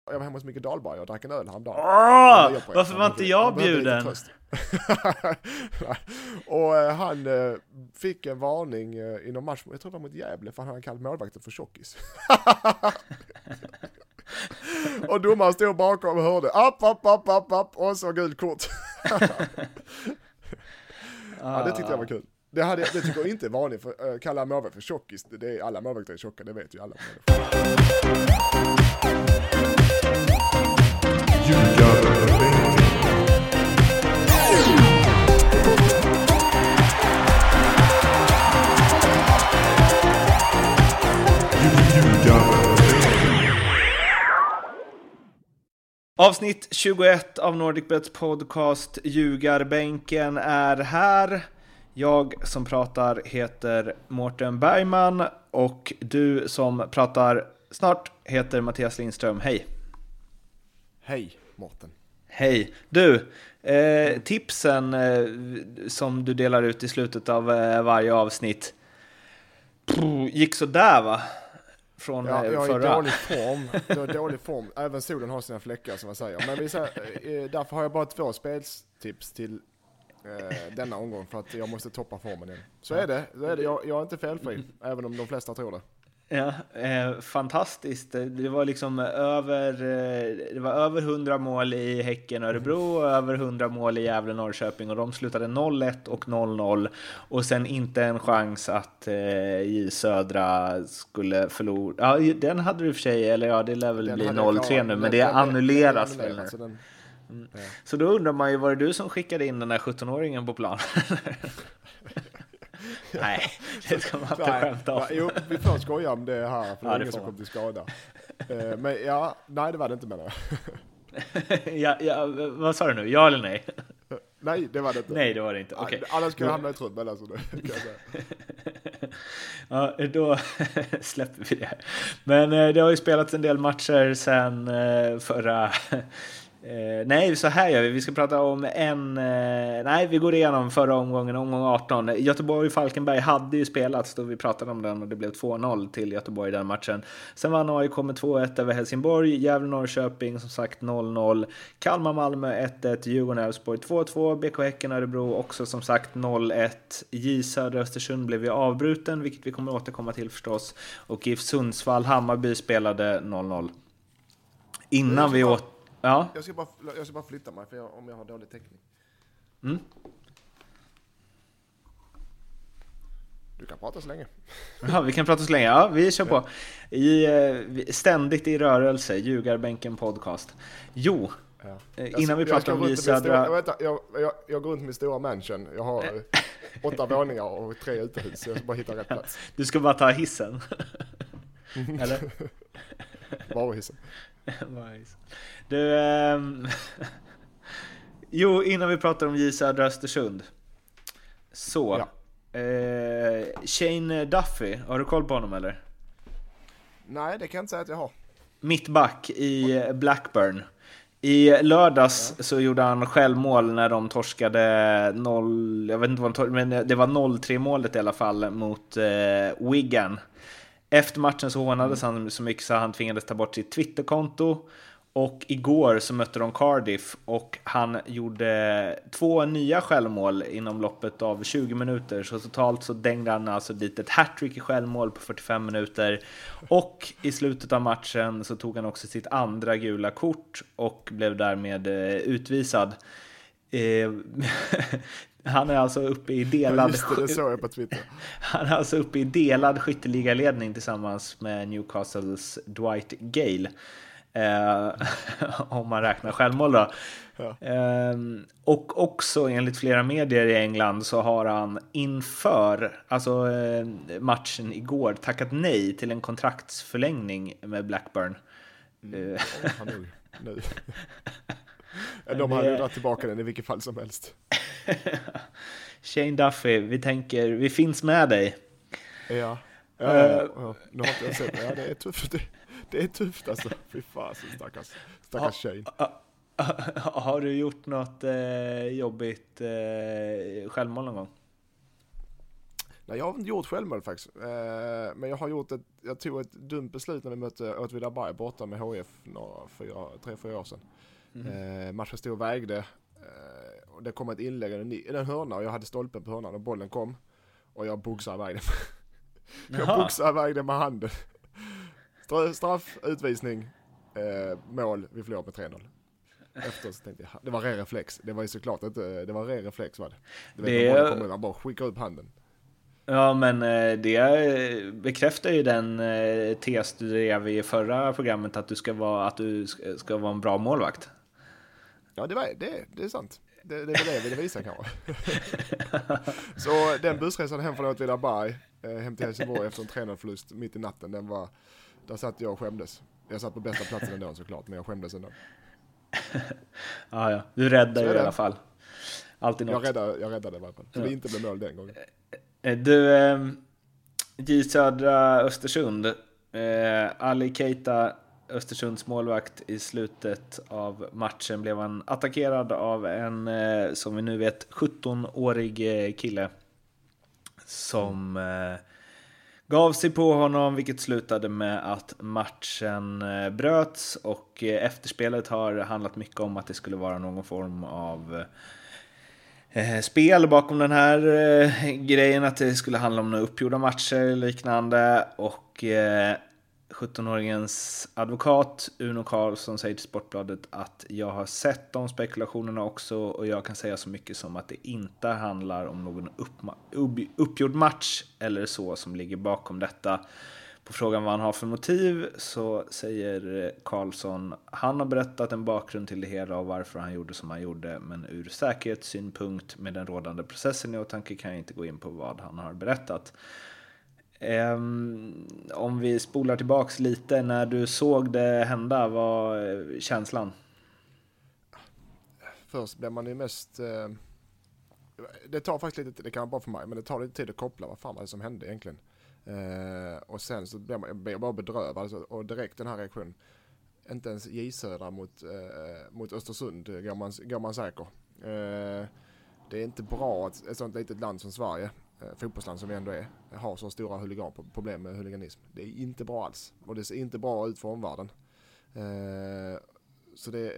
jag var hemma hos Micke Dahlberg och drack en öl häromdagen. Varför var inte jag bjuden? Och han fick en varning i någon match, jag tror det var mot Gävle, för han hade kallat målvakten för tjockis. Och domaren stod bakom och hörde app och så gult kort. Ja, det tyckte jag var kul. Det tycker jag inte är vanligt, för kalla målvakt för tjockis. Det är, alla målvakter är tjocka, det vet ju alla. Avsnitt 21 av NordicBets podcast Ljugarbänken är här. Jag som pratar heter Mårten Bergman och du som pratar snart heter Mattias Lindström. Hej! Hej Mårten! Hej! Du, tipsen som du delar ut i slutet av varje avsnitt gick så där, va? Från jag är förra. i dålig form. Även solen har sina fläckar, som jag säger. Men därför har jag bara 2 speltips till denna omgång, för att jag måste toppa formen igen. Så är det. Jag är inte felfri, även om de flesta tror det. Ja, fantastiskt. Det var liksom över 100 mål i Häcken och Örebro och över 100 mål i Gävle Norrköping, och de slutade 0-1 och 0-0, och sen inte en chans att J Södra skulle förlora. Ja, den hade du för sig, eller ja, det lär väl bli 0-3 nu, men det annulleras väl nu. Så då undrar man ju, var det du som skickade in den där 17-åringen på plan? Nej, det ska man inte skämta om. Jo, vi får skoja om det här, för det är ingen som man. kom till skada. Men ja, nej, det var det inte, menar jag. Ja, vad sa du nu? Ja eller nej? Nej, det var det inte. Nej, det var det inte. Okay. Annars skulle jag hamna i trubbel, alltså, det kan jag säga. Ja, då släpper vi det. Men det har ju spelats en del matcher sen förra... nej, så här gör vi. Vi ska prata om vi går igenom förra omgången, omgång 18. Göteborg-Falkenberg hade ju spelats då vi pratade om den, och det blev 2-0 till Göteborg i den matchen. Sen vann AIK med 2-1 över Helsingborg. Gävle-Norrköping som sagt 0-0. Kalmar-Malmö 1-1. Djurgården-Elfsborg 2-2. BK Häcken-Örebro också som sagt 0-1. J Södra-Östersund blev ju avbruten, vilket vi kommer återkomma till förstås. Och GIF Sundsvall-Hammarby spelade 0-0. Innan vi ja. Jag ska bara flytta mig, om jag har dålig täckning. Du kan prata så länge. Ja, vi kan prata så länge. Ja, vi kör på. Ständigt i rörelse, Ljugarbänken podcast. Jo, innan vi pratar om Södra... Jag går runt med stora mansion. Jag har 8 våningar och 3 uthus. Jag ska bara hitta rätt plats. Du ska bara ta hissen. Eller? Varuhissen. Du, jo, innan vi pratar om J Södra Östersund. Så Shane Duffy, har du koll på honom eller? Nej, det kan jag inte säga att jag har. Mittback i Blackburn. I lördags så gjorde han självmål när de torskade 0, jag vet inte vad men det var 0-3 målet i alla fall mot Wigan. Efter matchen så hånades han så mycket så han tvingades ta bort sitt Twitterkonto. Och igår så mötte de Cardiff och han gjorde 2 nya självmål inom loppet av 20 minuter. Så totalt så dängde han alltså dit ett hattrick i självmål på 45 minuter. Och i slutet av matchen så tog han också sitt andra gula kort och blev därmed utvisad. Han är alltså uppe i delad Han är alltså uppe i delad skytteligaledning tillsammans med Newcastles Dwight Gale. Om man räknar självmål då. Ja. Och också enligt flera medier i England så har han inför matchen igår tackat nej till en kontraktsförlängning med Blackburn. Nu. De hade ju dragit tillbaka den i vilket fall som helst. Shane Duffy, vi finns med dig. Ja. Nu har inte jag sett det. Ja, det är tufft. Det är tufft alltså. Fy fan, stackars Shane. Har du gjort något jobbigt självmål någon gång? Nej, jag har inte gjort självmål faktiskt. Men jag tog ett dumt beslut när vi mötte Åtvidaberg borta med HF 3-4 år sedan. Matchen stod och vägde. Och det kom ett inlägg i en hörna och jag hade stolpen på hörnan och bollen kom. Och jag boxade iväg den. Jag boxade iväg den med handen. Straff, utvisning, mål, vi förlorade med 3-0. Efter så tänkte jag, det var ren reflex. Det var ju såklart inte, det var ren reflex var det. Man bara skickar upp handen. Ja, men det bekräftar ju den tes du drev i förra programmet att du ska vara en bra målvakt. Ja, det är sant. Det är det vi visar kanske. Så den bussresan hem från Åtvidaberg hem till Helsingborg efter en 3-0-förlust mitt i natten, där satt jag och skämdes. Jag satt på bästa platsen ändå såklart, men jag skämdes ändå. Ja, du räddade ju i alla fall. Alltid något. Jag räddade i alla fall. Så det inte blev mål den gången. Du, J Södra Östersund, Ali Keita, Östersunds målvakt, i slutet av matchen blev han attackerad av en, som vi nu vet, 17-årig kille som gav sig på honom, vilket slutade med att matchen bröts, och efterspelet har handlat mycket om att det skulle vara någon form av spel bakom den här grejen, att det skulle handla om några uppgjorda matcher liknande, och 17-åringens advokat Uno Karlsson säger till Sportbladet att jag har sett de spekulationerna också, och jag kan säga så mycket som att det inte handlar om någon uppgjord match eller så som ligger bakom detta. På frågan vad han har för motiv så säger Karlsson: han har berättat en bakgrund till det hela och varför han gjorde som han gjorde, men ur säkerhetssynpunkt med den rådande processen i åtanke kan jag inte gå in på vad han har berättat. Om vi spolar tillbaks lite, när du såg det hända, vad känslan? Först blev man ju mest det tar faktiskt lite, det kan vara bra för mig, men det tar lite tid att koppla vad fan var det som hände egentligen. Och sen så blev jag bara bedrövad alltså, och direkt den här reaktionen. Inte ens J Södra mot Östersund går man säker. Det är inte bra att ett sånt litet land som Sverige, fotbollsland som vi ändå är, har så stora problem med huliganism. Det är inte bra alls. Och det ser inte bra ut för omvärlden. Så det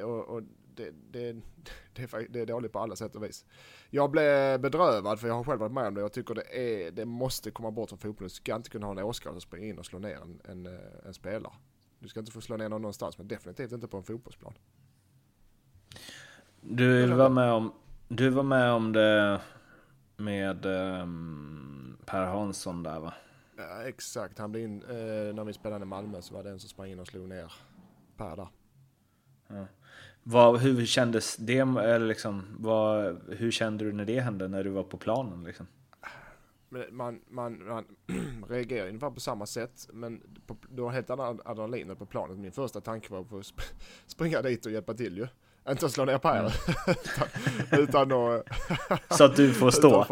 är dåligt på alla sätt och vis. Jag blev bedrövad för jag har själv varit med om det. Jag tycker det måste komma bort från fotbollen. Du ska inte kunna ha en åskådare som springer in och slå ner en spelare. Du ska inte få slå ner någon någonstans, men definitivt inte på en fotbollsplan. Du var med om det med Per Hansson där, va? Ja, exakt. Han blev in när vi spelade i Malmö, så var det en som sprang in och slog ner Per där. Ja. Hur kändes det, eller liksom, hur kände du när det hände, när du var på planen liksom? Man reagerar ungefär på samma sätt, men du har helt annan adrenalin på planet. Min första tanke var att springa dit och hjälpa till ju. Inte att slå ner Per utan att så att du får stå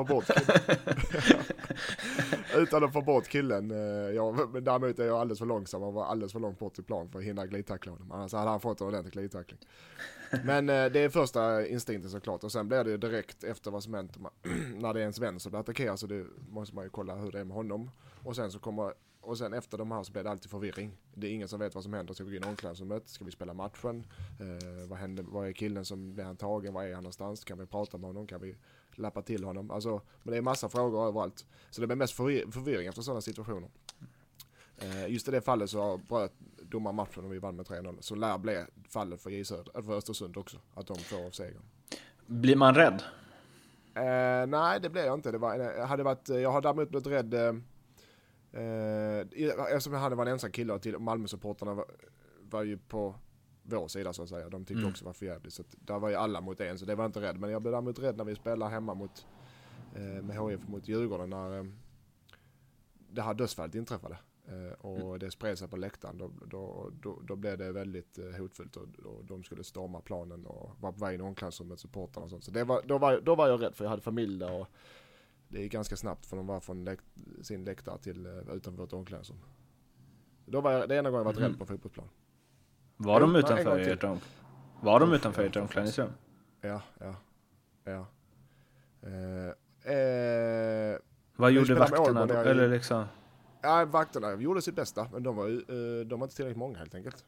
utan att få bort killen. Men däremot är jag alldeles för långsam och var alldeles för långt bort till plan för att hinna glidtackla honom. Annars hade han fått en ordentlig glidtackling. Men det är första instinkten såklart. Och sen blir det ju direkt efter vad som hänt. När det är ens vän som blir attackerad, så det måste man ju kolla hur det är med honom. Och sen efter de här så blir det alltid förvirring. Det är ingen som vet vad som händer. Ska vi gå in i omklädningsrummet? Ska vi spela matchen? Vad händer? Vad är killen som blir han tagen? Vad är han någonstans? Kan vi prata med honom? Kan vi lappa till honom? Alltså, men det är massa frågor överallt. Så det blir mest förvirring efter sådana situationer. Just i det fallet så bröt domaren matchen och vi vann med 3-0. Så lär bli fallet för Östersund också. Att de får av segern. Blir man rädd? Nej, det blev jag inte. Jag har däremot blivit rädd. Eftersom jag var en ensam kille och till Malmö-supporterna var ju på vår sida så att säga. De tyckte också var för jävligt, så där var ju alla mot en, så det var inte rädd. Men jag blev däremot rädd när vi spelade hemma med HF mot Djurgården, när det här dödsfallet inträffade och det spred sig på läktaren. Då blev det väldigt hotfullt och de skulle storma planen och var på väg in i omklädningsrummet med supporterna och sånt. Så då var jag rädd, för jag hade familj där och det är ganska snabbt för de var från sin läktare till utanför vårt omklädningsrum. Då var det ena gången jag varit rädd på fotbollsplan. Var de utanför ert omklädningsrum? Ja. Vad gjorde spelade med vakterna Aalborg då? när jag- Eller liksom... Ja, vakterna gjorde sitt bästa, men de var inte tillräckligt många helt enkelt.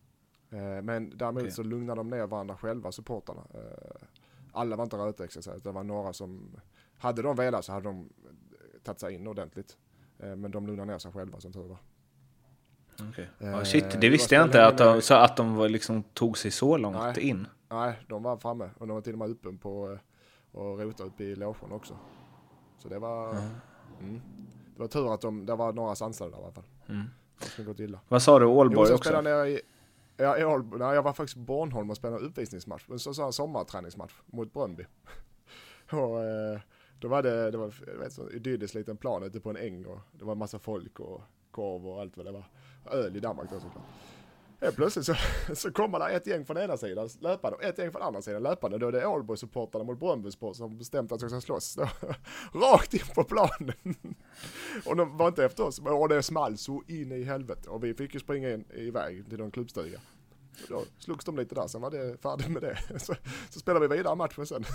Men däremot Okej. så lugnade de ner varandra själva, supportarna. Alla var inte rötäggsare, det var några som... Hade de velat så hade de tagit sig in ordentligt. Men de lugnade ner sig själva, som tur var. Okay. Shit, det det visste var jag inte, spelare så att de var liksom, tog sig så långt Nej. in. Nej, de var framme. Och de var till och med uppe på och rotade upp i logen också. Så det var... Det var tur att det var några sansade där i alla fall. Det skulle gått illa. Vad sa du, Jo, Aalborg så också? spelade jag i Aalborg. Nej, jag var faktiskt på Bornholm och spelade en uppvisningsmatch. En sån sommarträningsmatch mot Bröndby. Och då var det var så idyllisk liten plan ute på en äng och det var en massa folk och korv och allt vad det var. Öl i Danmark då såklart. Plötsligt så kommer det ett gäng från ena sidan löpande och ett gäng från andra sidan löpande. Då är det Aalborg-supportarna mot Bröndby-supportar som bestämt att de ska slåss. Rakt in på planen. Och de var inte efter oss. Och det small så in i helvete. Och vi fick ju springa iväg till någon klubbstuga. Och då slogs de lite där, sen var det färdigt med det. Så spelade vi vidare matchen sen.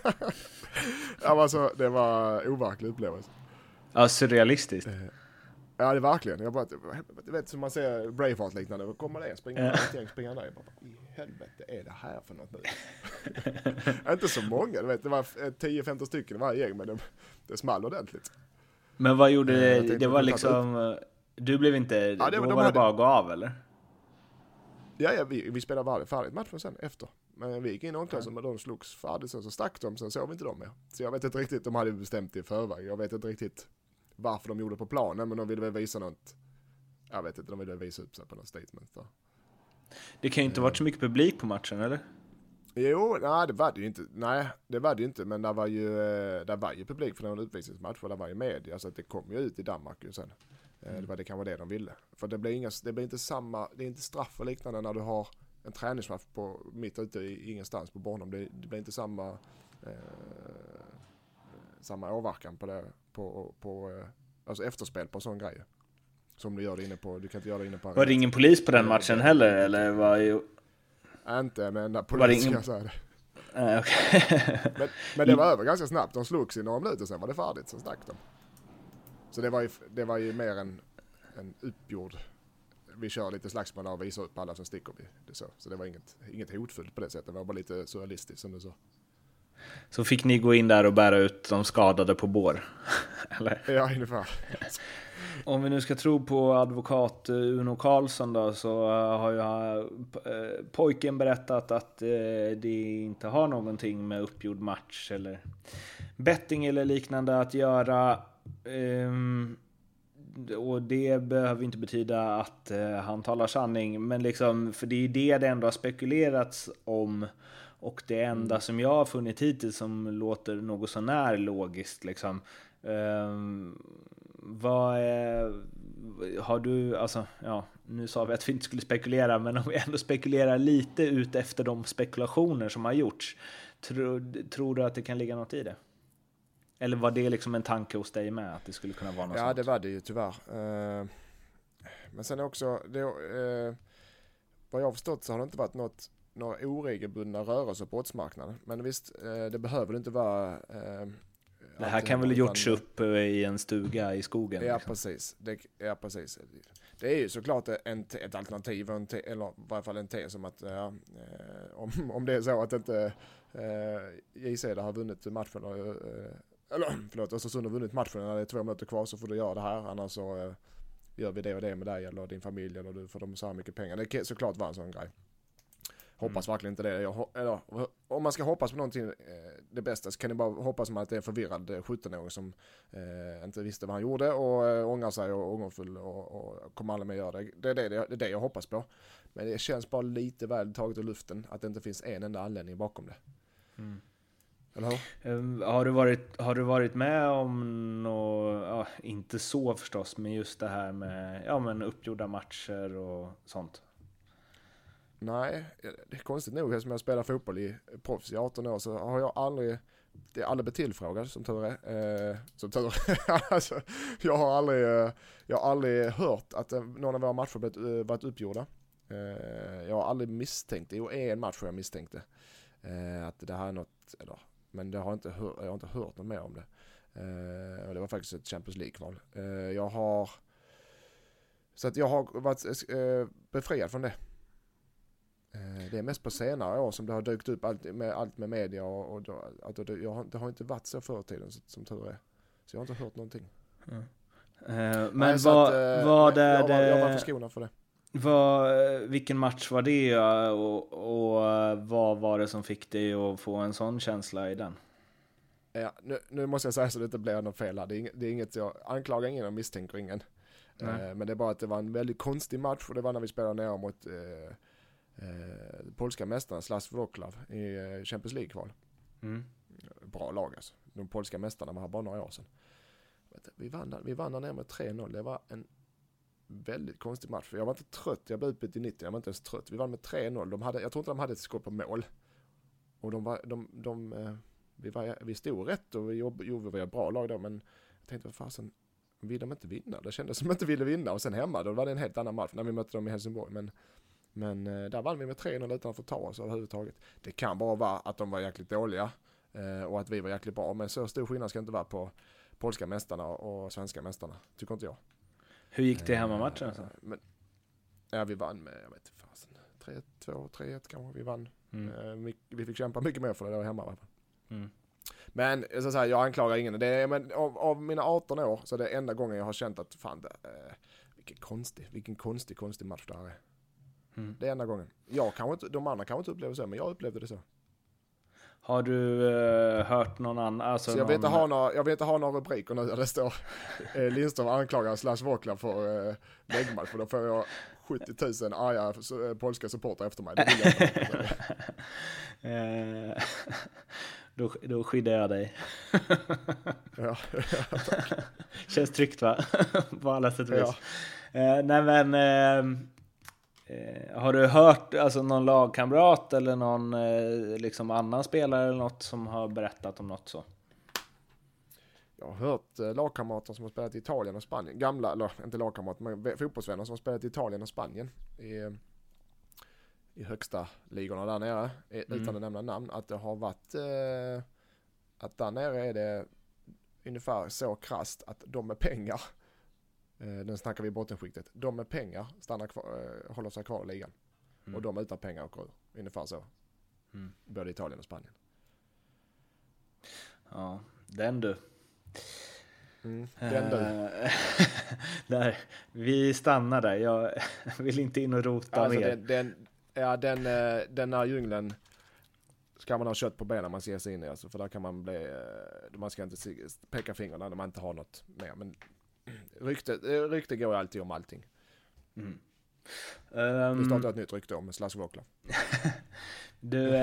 Alltså, det var overklig upplevelse. Ja, surrealistiskt. Ja, det är verkligen. Jag bara, du vet som man ser Braveheart liknande. Då kommer det springa där. Jag bara, i helvete är det här för något nu? Inte så många, du vet. Det var 10-15 stycken i varje gäng, men det small ordentligt. Men vad gjorde det? Var liksom... Du blev inte... Ja, då var det bara att gå av, eller? Ja, vi spelade färdigt matchen sen efter. Men vi gick in i omklädningsrummet och de slogs färdigt. Sen så stack de, sen såg vi inte dem mer. Så jag vet inte riktigt, de hade bestämt det i förväg. Jag vet inte riktigt varför de gjorde på planen, men de ville väl visa något. Jag vet inte, de ville visa upp sig på något statement där. Det kan ju inte varit så mycket publik på matchen, eller? Jo, nej det var det ju inte. Nej, det var det ju inte, men det var ju publik för någon utvisningsmatch och det var ju media, så att det kom ju ut i Danmark ju sen. Det kan vara det de ville. För det blir inte samma, det är inte straff och liknande när du har en träningsmatch på mitt ute i ingenstans på Bornholm. Det blir inte samma åverkan på det på alltså efterspel på sån grej. Som du gör det inne på, du kan inte göra det inne på. Var det ingen polis på den matchen heller, eller var ju... Inte, men när polis ska jag säga det. Okay. men det var över ganska snabbt. De slogs i några minuter, sen var det färdigt, sen stack de. Så det var ju mer en uppgjord. Vi kör lite slagsmål och visar upp alla som sticker vi. Så det var inget hotfullt på det sättet. Det var bara lite surrealistiskt som du sa. Så fick ni gå in där och bära ut de skadade på bår? Eller? Ja, ungefär. Om vi nu ska tro på advokat Uno Karlsson då, så har ju pojken berättat att det inte har någonting med uppgjord match eller betting eller liknande att göra. Och det behöver inte betyda att han talar sanning, men liksom, för det är det ändå har spekulerats om, och det enda som jag har funnit hittills som låter något så när logiskt liksom. Har du, alltså, ja, nu sa vi att vi inte skulle spekulera, men om vi ändå spekulerar lite ut efter de spekulationer som har gjorts, tror du att det kan ligga något i det? Eller var det liksom en tanke hos dig med att det skulle kunna vara något sånt? Ja, det var det ju tyvärr. Men sen också, vad jag har förstått så har det inte varit några oregelbundna rörelser på oddsmarknaden. Men visst, det behöver inte vara... det här kan väl gjorts upp i en stuga i skogen? Ja, liksom. Precis. Precis. Det är ju såklart ett alternativ, eller i varje fall en tes om att om det är så att inte JC har vunnit matchen, Östersund har vunnit matchen när det är 2 minuter kvar, så får du göra det här, annars så gör vi det och det med dig eller din familj, eller du får dem så här mycket pengar. Det kan såklart vara en sån grej. Hoppas verkligen inte det. Om man ska hoppas på någonting, det bästa, så kan ni bara hoppas på att det är en förvirrad 17-åring som inte visste vad han gjorde och ångrar sig och ångerfull och kommer aldrig mer göra det. Det är det jag hoppas på. Men det känns bara lite väl taget ur luften att det inte finns en enda anledning bakom det. Eller hur? Har du varit med om inte så förstås, men just det här med uppgjorda matcher och sånt? Nej, det är konstigt nog, som jag spelar fotboll i proffs i 18 år, så har jag aldrig blivit tillfrågad, som tur är. Alltså, jag har aldrig hört att någon av våra matcher varit uppgjorda. Jag har aldrig misstänkt det. Jo, en match jag misstänkte att det här är något, men jag har inte hört något mer om det. Och det var faktiskt ett Champions League-kval. Jag har varit befriad från det. Det är mest på senare år som det har dykt upp allt med media och det har inte varit så förr i tiden som tur är. Så jag har inte hört någonting. Men jag var förskonad för det. Vilken match var det och vad var det som fick dig att få en sån känsla i den? Ja, nu måste jag säga så det inte blir något fel här. Det är inget, jag anklagar ingen och misstänker ingen. Men det är bara att det var en väldigt konstig match och det var när vi spelade ner mot polska mästarna Śląsk Wrocław i Champions League-kval. Bra lag alltså. De polska mästarna var här bara några år sedan. Vi vann där ner med 3-0. Det var en väldigt konstig match. Jag var inte trött. Jag blev utbytt i 90. Jag var inte ens trött. Vi vann med 3-0. Jag tror inte de hade ett skott på mål. Och vi stod rätt och vi var ett bra lag då. Men jag tänkte, vad fasen, vill de inte vinna? Det kändes som att de inte ville vinna. Och sen hemma, då var det en helt annan match när vi mötte dem i Helsingborg. Men där vann vi med 3-0 utan att få ta oss överhuvudtaget. Det kan bara vara att de var jäkligt dåliga och att vi var jäkligt bra. Men så stor skillnad ska inte vara på polska mästarna och svenska mästarna, tycker inte jag. Hur gick det hemmamatchen alltså? Vi vann med, jag vet inte fasen, 3-2, 3-1 kanske vi vann. Vi fick kämpa mycket mer för det där hemma. Va? Men så att säga, jag anklagar ingen. Men av mina 18 år så är det enda gången jag har känt att fan, vilken konstig match det här är. Det är enda gången. De andra kanske inte upplevde så, men jag upplevde det så. Har du hört någon annan? Alltså jag vill inte ha några rubriker nu där det står Lindström anklagar Śląsk Wrocław för läggmatch, för då får jag 70 000 arga polska supporter efter mig. Det vill jag inte. Då skyddar jag dig. Ja, känns tryggt, va? På alla sätt och vis. Nej, men har du hört alltså någon lagkamrat eller någon liksom annan spelare eller något som har berättat om något så? Jag har hört lagkamrater som har spelat i Italien och Spanien. Inte lagkamrater, men fotbollsvänner som har spelat i Italien och Spanien i högsta ligorna där nere, utan att nämna namn, att det har varit att där nere är det ungefär så krasst att de med pengar, den snackar vi i bottenskiktet, de med pengar stannar kvar, håller sig kvar i ligan. Och de utan pengar åker ur. Ungefär så. Både i Italien och Spanien. Ja, den du. Den du. Där, vi stannar där. Jag vill inte in och rota alltså mer. Den här djungeln ska man ha kött på benen när man ser sig in i. Alltså, för där kan man man ska inte peka fingrarna när man inte har något mer. Men rykte går alltid om allting. Det startar ett nytt rykte om Śląsk Wrocław. Du,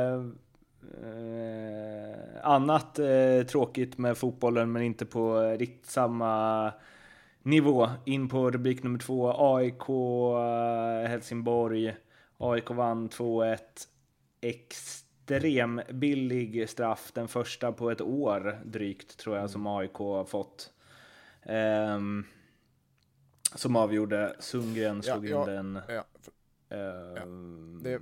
annat tråkigt med fotbollen, men inte på riktigt samma nivå. In på rubrik nummer 2, AIK Helsingborg. AIK vann 2-1. Extrem billig straff, den första på ett år drygt tror jag som AIK har fått. Som avgjorde. Sundgren slog in den. Det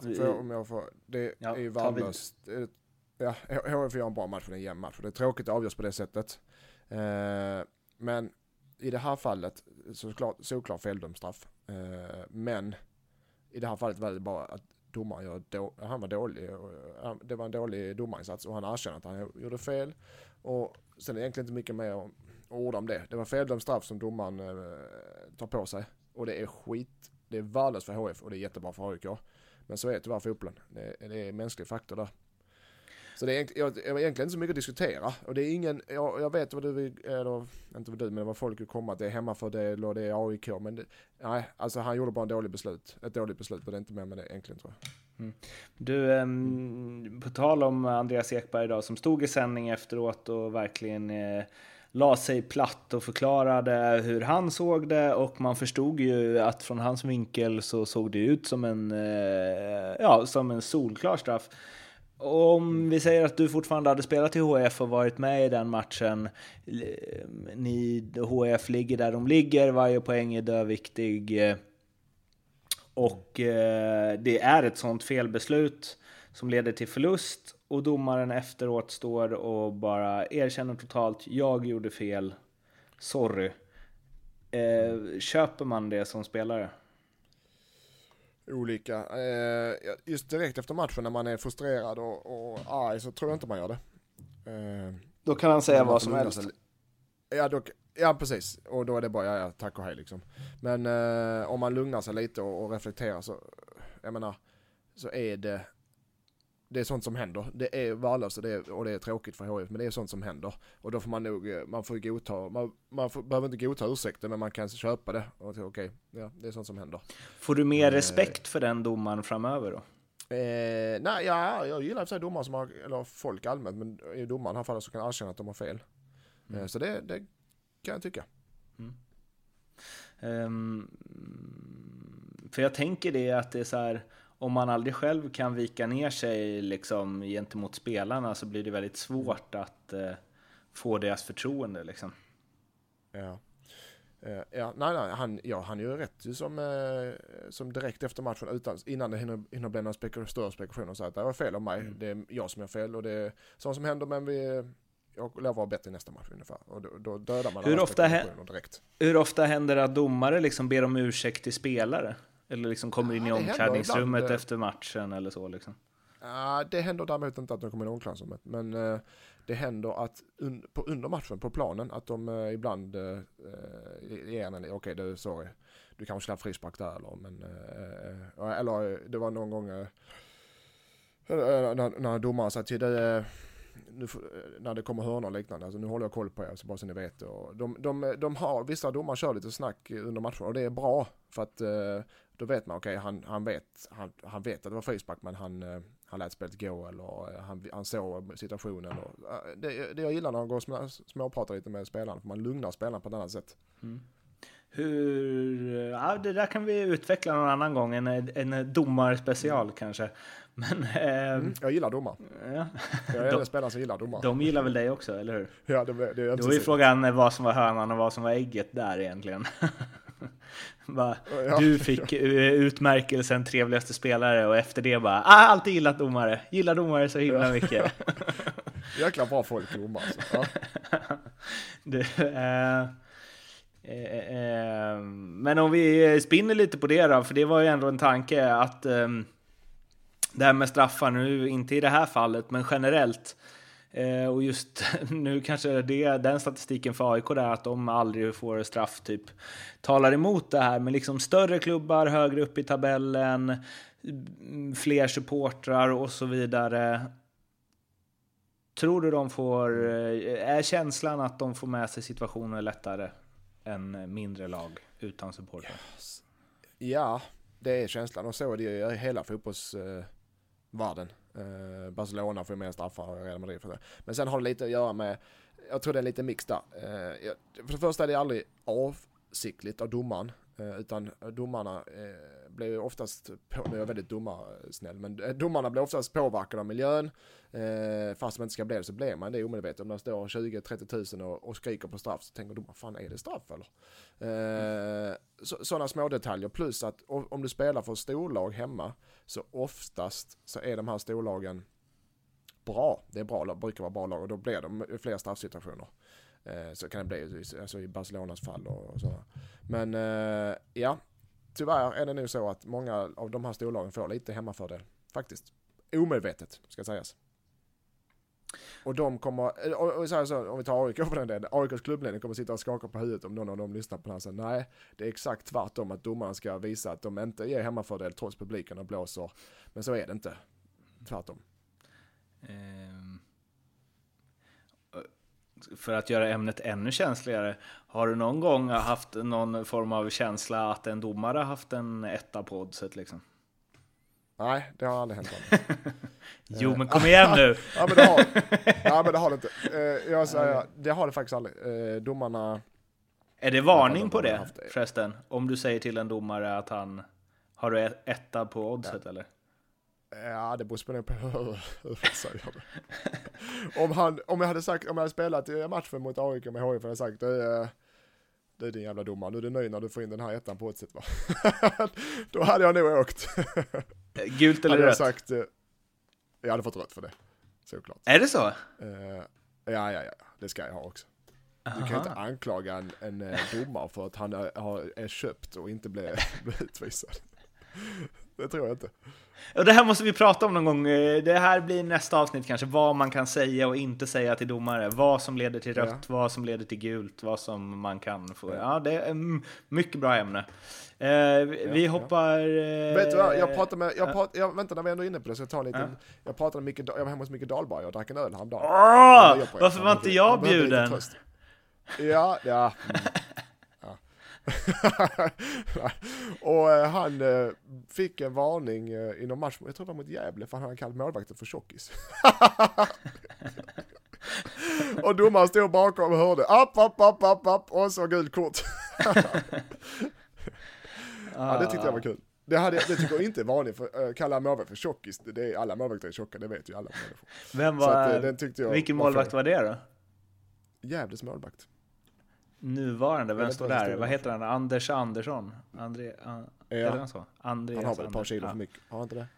är ju värdelöst. HF gör en bra match, för en jämn match. Det är tråkigt att avgörs på det sättet. Men i det här fallet såklart feldömd straff. Men i det här fallet var det bara att domaren han var dålig. Det var en dålig domarinsats och han erkänner att han gjorde fel. Och sen är det egentligen inte mycket mer ord om det. Det var feldömd straff som domaren tar på sig. Och det är skit. Det är värdelöst för HF och det är jättebra för AIK. Men så är det tyvärr fotbollen. Det är en mänsklig faktor där. Så det är egentligen inte så mycket att diskutera. Och det är ingen, jag vet vad du vill, eller inte vad du, men vad folk vill komma att det är hemmafördel och det är AIK. Men nej, alltså han gjorde bara ett dåligt beslut och det är inte mer med det egentligen, tror jag. Du, på tal om Andreas Ekberg idag som stod i sändning efteråt och verkligen la sig platt och förklarade hur han såg det, och man förstod ju att från hans vinkel så såg det ut som en solklar straff. Om vi säger att du fortfarande hade spelat i HF och varit med i den matchen, HF ligger där de ligger, varje poäng är döviktig och det är ett sånt felbeslut som leder till förlust och domaren efteråt står och bara erkänner totalt, jag gjorde fel, sorry. Köper man det som spelare? Olika. Just direkt efter matchen när man är frustrerad och arg så tror jag inte man gör det. Då kan han säga vad som helst. Ja, precis. Och då är det bara ja, tack och hej liksom. Men om man lugnar sig lite och reflekterar så, jag menar, så är det är sånt som händer. Det är värdelöst och det är tråkigt för HIF, men det är sånt som händer. Och då får man får godta, behöver inte godta ursäkter, men man kan köpa det. Och okej, ja, det är sånt som händer. Får du mer respekt för den domaren framöver då? Nej, ja, jag gillar i och för sig domare som eller folk allmänt, men i domaren i alla fall så kan erkänna att de har fel. Så det kan jag tycka. För jag tänker det att det är så här, om man aldrig själv kan vika ner sig liksom gentemot spelarna så blir det väldigt svårt att få deras förtroende liksom. Ja. Nej, han gör rätt ju som direkt efter matchen innan det hinner bli några större spekulationer så att det var fel av mig. Det är jag som gör fel och det är sånt som händer, men jag lovar vara bättre i nästa match ungefär. Och då dödar man alla spekulationer direkt. Hur ofta händer det att domare liksom ber om ursäkt till spelare? Eller liksom kommer in i omklädningsrummet efter matchen eller så liksom? Det händer däremot inte att de kommer in i omklädningsrummet. Men det händer att under matchen på planen att de ibland ger en okej, sorry. Du kanske släpper frispark där eller det var någon gång när domaren sa till det när det kommer hörnor och liknande, alltså nu håller jag koll på er så bara så ni vet. Och de har, vissa domare kör lite snack under matchen och det är bra för att då vet man okej, han vet att det var frispark, men han lät spelet gå eller han såg situationen och det jag gillar när han går småpratar lite med spelarna, för man lugnar spelarna på ett annat sätt. Det där kan vi utveckla någon annan gång, en domarspecial kanske. Men jag gillar domar. Ja. Jag är en spelare som gillar domar. De gillar väl dig också, eller hur? Ja, det är då är frågan vad som var hönan och vad som var ägget där egentligen. Du fick utmärkelsen trevligaste spelare och efter det bara alltid gillat domare. Gillar domare så himla mycket. Jäkla bra folk domare alltså. Ja. Men om vi spinner lite på det då, för det var ju ändå en tanke att det här med straffar nu, inte i det här fallet men generellt, och just nu kanske den statistiken för AIK där att de aldrig får straff typ talar emot det här, men liksom större klubbar högre upp i tabellen, fler supportrar och så vidare. Tror du är känslan att de får med sig situationer lättare än mindre lag utan supportrar? Ja, det är känslan och så är det ju i hela fotbollsvärlden. Barcelona får mer straffar och Real Madrid för det. Men sen har det lite att göra med, jag tror det är lite mix där. För det första är det aldrig avsiktligt av domaren, utan domarna blir oftast, nu är jag väldigt domarsnäll, men domarna blir oftast påverkade av miljön, fast man inte ska bli det så blir man det omedvetet. Om det står 20-30 000 och skriker på straff så tänker domaren, fan är det straff eller? Sådana små detaljer, plus att om du spelar för storlag hemma så oftast så är de här storlagen bra, det är bra lag, brukar vara bra lag och då blir de fler straffsituationer. Så kan det bli alltså i Barcelonas fall och sådär. Men ja, tyvärr är det nu så att många av de här storlagen får lite hemmafördel. Faktiskt. Omedvetet, ska sägas. Och de kommer, och så, om vi tar AIK på den delen, AIKs klubbledning kommer sitta och skaka på huvudet om någon av dem lyssnar på den här. Så nej, det är exakt tvärtom att domarna ska visa att de inte ger hemmafördel trots publiken och blåser. Men så är det inte. Tvärtom. För att göra ämnet ännu känsligare, har du någon gång haft någon form av känsla att en domare haft en etta på oddset liksom? Nej, det har aldrig hänt. Jo, men kom igen nu. men det har det inte. Jag säger, det har det faktiskt aldrig. Domarna... Är det varning på det förresten? Om du säger till en domare att han har du etta på oddset eller? Ja, det beror på hur jag säger det. Om jag hade spelat i matchen mot AIK med HIF, hade jag sagt det är din jävla domare. Nu är du nöjd när du får in den här ettan på ett sätt, va? Då hade jag nog åkt. Gult eller rött? Sagt, Jag hade fått rött för det. Såklart. Är det så? Ja. Det ska jag ha också. Du kan inte anklaga en domare för att han är köpt och inte blir utvisad. Det tror jag inte. Och det här måste vi prata om någon gång. Det här blir nästa avsnitt kanske. Vad man kan säga och inte säga till domare. Vad som leder till rött, vad som leder till gult, vad som man kan få. Ja, det är mycket bra ämne. Vi hoppar... Vet du vad? Vänta, när vi ändå är inne på det så jag tar en liten... Jag var hemma hos Micke Dahlberg och drack en öl häromdagen. Varför var inte jag bjuden? Ja. Och han fick en varning i någon match, jag tror det var mot Gävle, för han hade kallat målvakten för tjockis. Och domaren stod bakom och hörde app och så gult kort. Ja, det tyckte jag var kul. Det tycker jag inte är vanligt, för kalla målvakt för tjockis. Det är, alla målvakter är tjocka, det vet ju alla människor. Vem var, vilken målvakt var det då? Gävles målvakt. Nuvarande, vem står där? Vad heter han? Anders Andersson? Är han så? Han har väl ett par kilo för mycket. Har han inte det?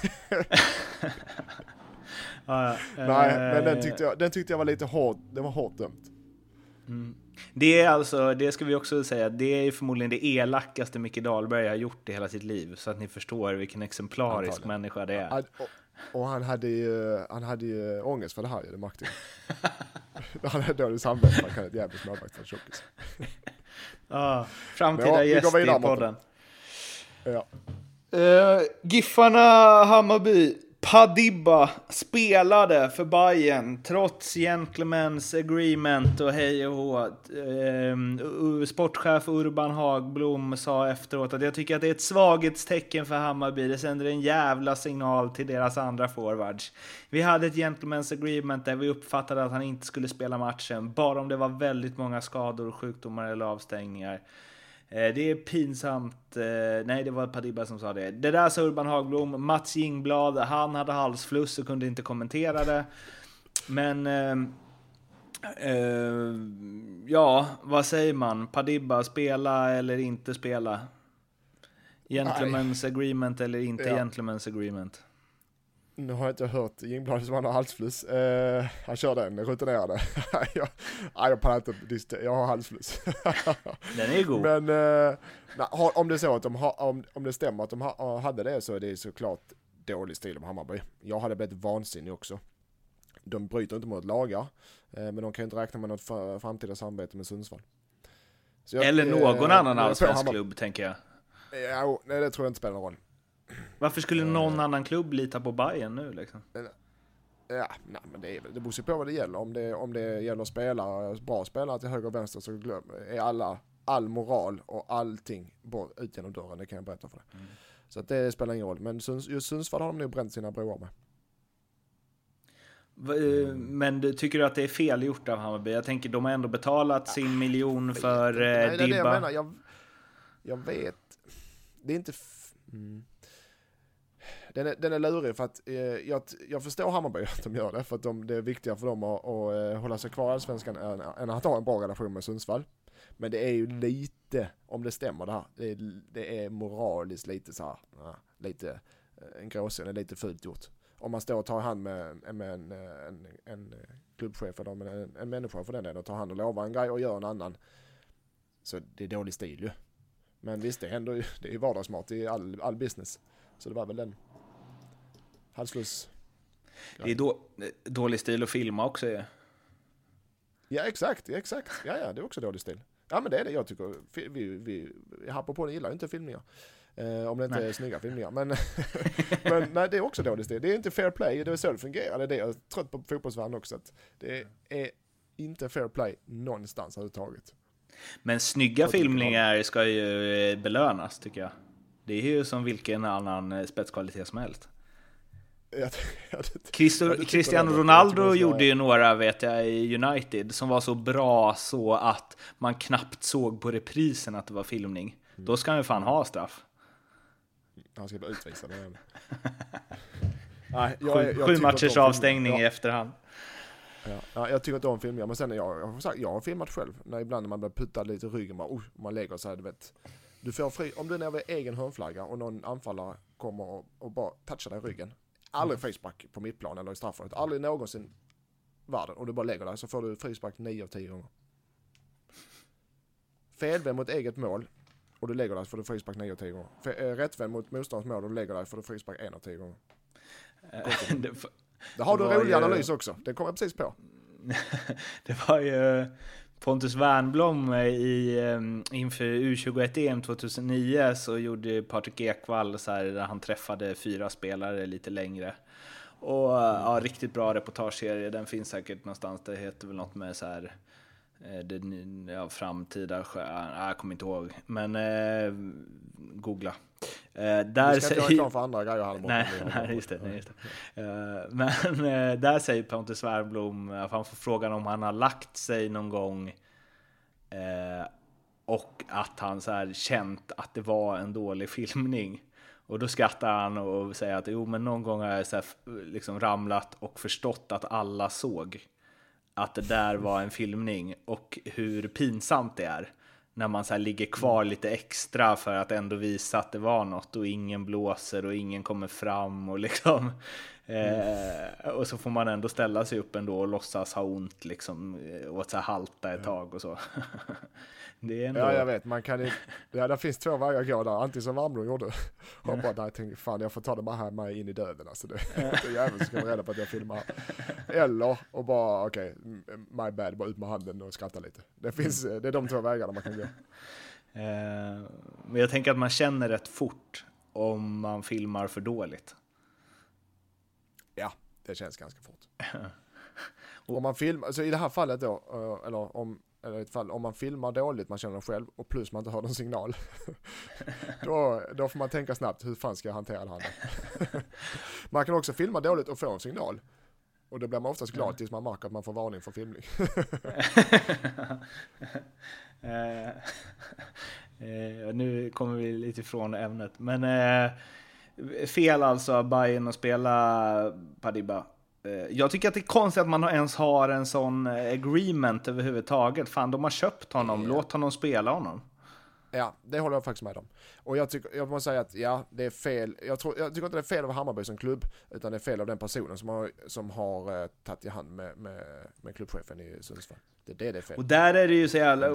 Nej. Nej, men den tyckte jag var lite hård. Det var hårt dömt. Det är alltså, det ska vi också säga, det är förmodligen det elakaste Micke Dahlberg har gjort i hela sitt liv, så att ni förstår vilken exemplarisk människa det är. Och han hade ju ångest för det här, det märkte jag. Han hade dåligt samvete, man kan ett jävligt målvakt för tjockis. Framtida gäst i podden. Ja. Giffarna Hammarby, Padibba spelade för Bayern trots gentlemen's agreement och hej och hå. Sportchef Urban Hagblom sa efteråt att jag tycker att det är ett svaghetstecken för Hammarby. Det sänder en jävla signal till deras andra forwards. Vi hade ett gentlemen's agreement där vi uppfattade att han inte skulle spela matchen, bara om det var väldigt många skador, sjukdomar eller avstängningar. Det är pinsamt. Nej, det var Padibba som sa det. Det där sa Urban Hagblom. Mats Jingblad, han hade halsfluss och kunde inte kommentera det. Men ja, vad säger man? Padibba, spela eller inte spela? Gentleman's agreement eller inte gentleman's agreement? Nu har jag inte hört Jingblad som han har halsfluss. Han kör den, rutinerade. Jag pallar inte, jag har halsfluss. Den är god. Men om det är så att om det stämmer att de hade det, så är det såklart dålig stil av Hammarby. Jag hade blivit vansinnig också. De bryter inte mot lagar, men de kan inte räkna med något framtida samarbete med Sundsvall. Eller någon annan allsvensk klubb, tänker jag. Ja, nej, det tror jag inte spelar någon roll. Varför skulle någon annan klubb lita på Bayern nu liksom? Ja, nej, men det beror ju på vad det gäller. Om det gäller spelare, bra spelare till höger och vänster, så är all moral och allting ut genom dörren, det kan jag berätta för dig. Så att det spelar ingen roll. Men just Sundsvall har de nog bränt sina broar med. Men tycker du att det är fel gjort av Hammarby? Jag tänker, de har ändå betalat sin miljon för Dibba. Nej, det är det jag menar. Jag vet. Det är inte... Den är lurig, för att jag förstår Hammarby att de gör det, för att det är viktigare för dem att hålla sig kvar i Allsvenskan än att ha en bra relation med Sundsvall. Men det är ju lite, om det stämmer det här, det är moraliskt lite så här, lite en gråzon, lite fult gjort. Om man står och tar hand med en klubbchef eller en människa för den delen, och tar hand och lovar en grej och gör en annan, så det är dålig stil ju. Men visst, det är ju vardagsmat i all business. Så det var väl den halsfluss. Ja. Det är dålig stil att filma också. Ja, exakt. Ja, det är också dålig stil. Ja, men det är det jag tycker. Vi happar på, gillar inte filmningar. Om det inte är snygga filmningar. Men nej, det är också dålig stil. Det är inte fair play. Det är så det fungerar. Det är jag är trött på fotbollsvärlden också. Att det är inte fair play någonstans överhuvudtaget. Men snygga filmningar ska ju belönas, tycker jag. Det är ju som vilken annan spetskvalitet som helst. Cristiano Ronaldo gjorde ju några, vet jag, i United som var så bra så att man knappt såg på reprisen att det var filmning. Då ska han ju fan ha straff. Han ska bli utvisad. Sju matchers avstängning i efterhand. Ja, jag tycker inte om filmningar, men sen jag har filmat själv när ibland när man börjar putta lite i ryggen, man lägger så här, du vet. Du får fri, om du är nere vid egen hörnflagga och någon anfallare kommer och bara touchar dig i ryggen. aldrig frispark på mittplan eller i straffområdet. Aldrig någonsin världen. Och du bara lägger där så får du frispark 9 av 10 gånger. Felvänd mot eget mål och du lägger där får du frispark 9 av 10 gånger. Rättvänd mot motståndars mål och du lägger där får du frispark 1 av 10 gånger. Det har du en rolig analys också. Det kommer jag precis på. Det var ju Pontus Wernbloom inför U21-EM 2009 så gjorde Patrik Ekwall så här, där han träffade 4 spelare lite längre. Och ja, riktigt bra reportageserie. Den finns säkert någonstans. Det heter väl något med så här framtida jag kommer inte ihåg. Men googla. Där vi ska inte göra reklam för andra grejer. Nej, just det. Men där säger Pontus Wernbloom att han får frågan om han har lagt sig någon gång och att han så här känt att det var en dålig filmning. Och då skrattar han och säger att men någon gång har jag så här, liksom ramlat och förstått att alla såg att det där var en filmning och hur pinsamt det är när man så här ligger kvar lite extra för att ändå visa att det var något och ingen blåser och ingen kommer fram och liksom och så får man ändå ställa sig upp ändå och låtsas ha ont liksom och så här halta ett tag och så. Det är ändå... Ja, jag vet. Man kan ju... det finns 2 vägar att gå där. Antingen som Wernbloom gjorde. Och bara där tänkte fan jag får ta det bara här med in i döden. Alltså det är jävligt ska vara reda på att jag filmar. Eller och bara okej, my bad, bara ut med handen och skratta lite. Det är de 2 vägarna man kan gå. Men jag tänker att man känner rätt fort om man filmar för dåligt. Ja, det känns ganska fort. Om man filmar, alltså i det här fallet då, eller om man filmar dåligt, man känner det själv och plus man inte har någon signal då får man tänka snabbt, hur fan ska jag hantera det här då? Man kan också filma dåligt och få en signal och då blir man oftast glad tills man märker att man får varning för filmning. Nu kommer vi lite ifrån ämnet men fel alltså Bayern att spela Padiba. Jag tycker att det är konstigt att man ens har en sån agreement överhuvudtaget. Fan, de har köpt honom. Låt honom spela honom. Ja, det håller jag faktiskt med om. Och jag måste säga att ja, det är fel. Jag tycker inte det är fel av Hammarby som klubb, utan det är fel av den personen som har tagit i hand med klubbchefen i Sundsvall. Det är fel. Och där är det ju så jävla...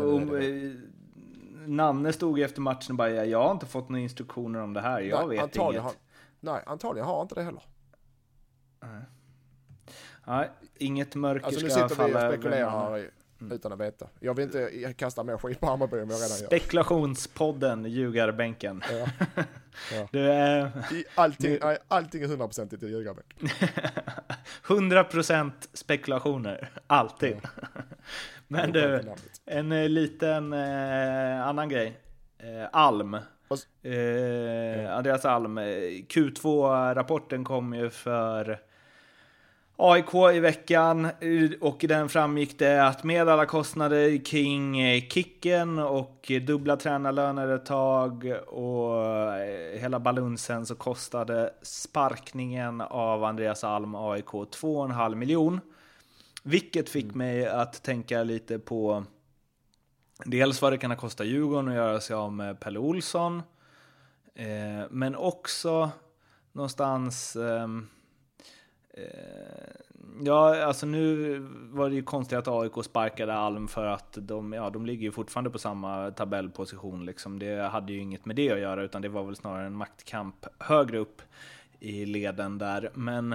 Nanne stod efter matchen och bara, jag har inte fått några instruktioner om det här. Jag vet inget. Antagligen har inte det heller. Nej, inget mörker alltså, ska falla. Nu sitter vi och spekulerar utan att veta. Jag vill inte kasta mer skit på Hammarby om jag redan gör. Spekulationspodden, ljugarbänken. Ja. Det är... Allting är 100% i ljugarbänken. 100% spekulationer, alltid. Ja. Men du, en liten annan grej. Alm. Andreas Alm. Q2-rapporten kom ju för AIK i veckan och i den framgick det att med alla kostnader kring kicken och dubbla tränarlöner ett tag och hela balunsen så kostade sparkningen av Andreas Alm AIK 2,5 miljon. Vilket fick mig att tänka lite på dels vad det kan kosta Djurgården att göra sig av med Pelle Olsson men också någonstans... Ja, alltså nu var det ju konstigt att AIK sparkade Alm för att de ligger ju fortfarande på samma tabellposition liksom. Det hade ju inget med det att göra utan det var väl snarare en maktkamp högre upp i leden där. Men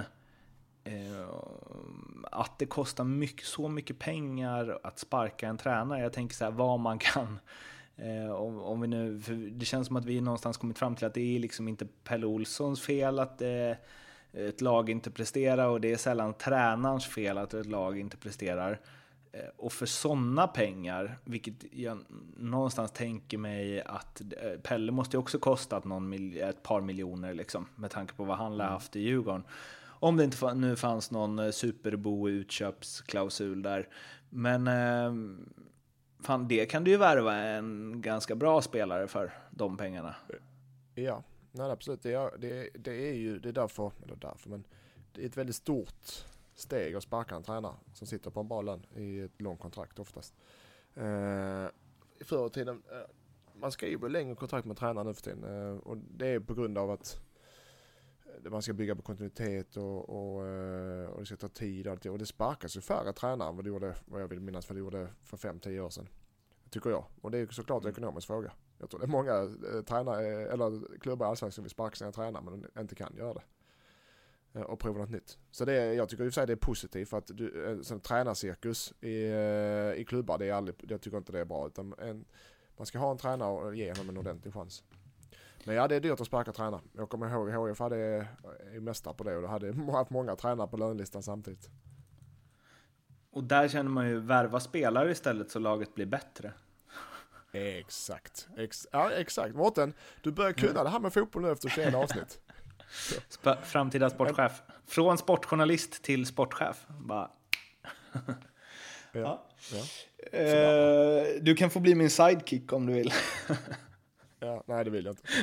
att det kostar så mycket pengar att sparka en tränare. Jag tänker så här, vad man kan om vi nu, för det känns som att vi någonstans kommit fram till att det är liksom inte Pelle Olssons fel att ett lag inte presterar och det är sällan tränarens fel att ett lag inte presterar. Och för sådana pengar, vilket jag någonstans tänker mig att Pelle måste ju också kostat ett par miljoner liksom, med tanke på vad han har haft i Djurgården. Om det inte nu fanns någon superbo-utköpsklausul där. Men fan, det kan du ju värva en ganska bra spelare för de pengarna. Ja, nej, absolut. Det är ju därför, men det är ett väldigt stort steg att sparka en tränare som sitter på en bra lön i ett långt kontrakt oftast. Förr i tiden, man skriver längre kontrakt med tränaren nu för tiden och det är på grund av att man ska bygga på kontinuitet och det ska ta tid och det sparkas ju färre tränare än vad jag vill minnas vad det gjorde för 5-10 år sedan. Tycker jag. Och det är ju såklart en ekonomisk fråga. Jag tror det är många tränare eller klubbar i Allsvenskan som vill sparka sina tränare men inte kan göra det. Och prova något nytt. Så jag tycker i och för sig det är positivt för att som tränarcirkus i klubbar, jag tycker inte det är bra. Utan man ska ha en tränare och ge honom en ordentlig chans. Men ja, det är dyrt att sparka tränare. Jag kommer ihåg HIF hade mästare på det och då hade haft många tränare på lönelistan samtidigt. Och där känner man ju värva spelare istället så laget blir bättre. Exakt. Exakt. Mårten, du börjar kunna det här med fotboll nu efter 21 avsnitt. Framtida sportchef. Från sportjournalist till sportchef. Bara. Ja. Du kan få bli min sidekick om du vill. Ja, nej, det vill jag inte.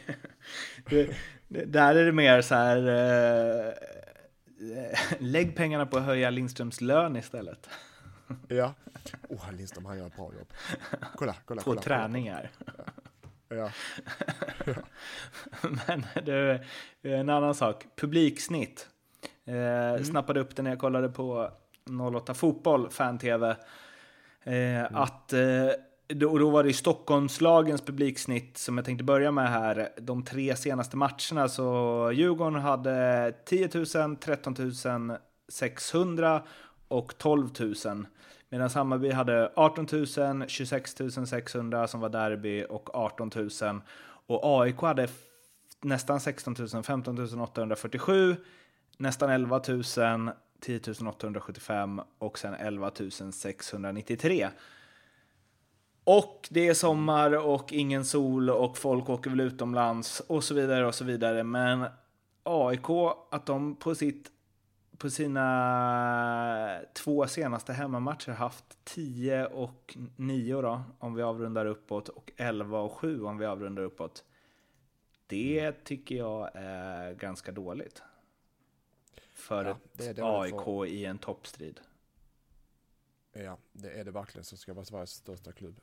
Där är det mer så här lägg pengarna på att höja Lindströms lön istället. Ja. Lindström, han gör ett bra jobb. Kolla. På träningar. Ja. Men det är en annan sak. Publiksnitt. Snappade upp det när jag kollade på 08 fotboll, fan-tv. Då var det i Stockholmslagens publiksnitt som jag tänkte börja med här. De 3 senaste matcherna så Djurgården hade 10 000, 13 600 och 12 000. Medan Hammarby hade 18 000, 26 600 som var derby och 18 000. Och AIK hade nästan 16 000, 15 847, nästan 11 000, 10 875 och sen 11 693. Och det är sommar och ingen sol och folk åker väl utomlands och så vidare och så vidare. Men AIK, att de på sina 2 senaste hemmamatcher haft 10 och 9 då, om vi avrundar uppåt, och 11 och 7 om vi avrundar uppåt. Det tycker jag är ganska dåligt för ett AIK i en toppstrid. Ja, det är det verkligen som ska vara Sveriges största klubb.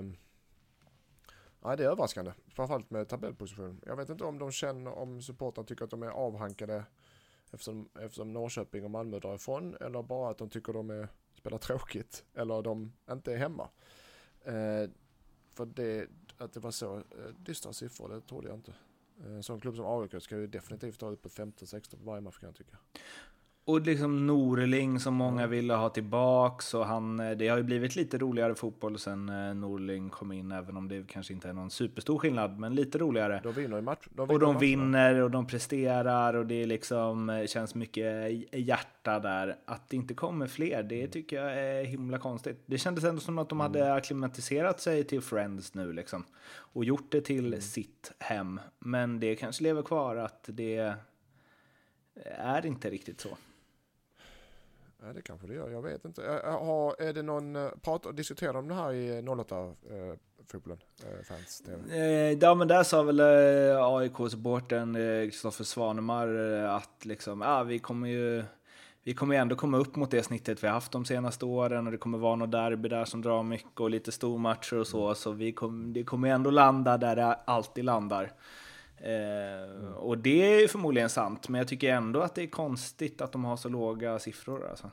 Nej, det är överraskande. Framförallt med tabellposition. Jag vet inte om de känner, om supportrarna tycker att de är avhankade eftersom Norrköping och Malmö drar ifrån, eller bara att de tycker de spelar tråkigt, eller de inte är hemma. För att det var så dystra siffror, det trodde jag inte. Så en klubb som AIK ska ju definitivt ta upp på 15-16 på varje match, kan jag tycka. Och liksom Norling som många ville ha tillbaks, och det har ju blivit lite roligare fotboll sen Norling kom in, även om det kanske inte är någon superstor skillnad, men lite roligare. De vinner i match. De vinner och de presterar, och det liksom känns mycket hjärta där. Att det inte kommer fler, det tycker jag är himla konstigt. Det kändes ändå som att de hade akklimatiserat sig till Friends nu liksom, och gjort det till sitt hem. Men det kanske lever kvar att det är inte riktigt så. Ja, det kanske det gör, jag vet inte. Är det någon diskuterar om det här i 08-fotbollen, fans TV? Ja, men där sa väl AIK-supporten Kristoffer Svanemar att liksom, vi kommer ändå komma upp mot det snittet vi har haft de senaste åren, och det kommer vara något derby där som drar mycket och lite stormatcher och så det kommer ändå landa där det alltid landar. Och det är förmodligen sant, men jag tycker ändå att det är konstigt att de har så låga siffror alltså.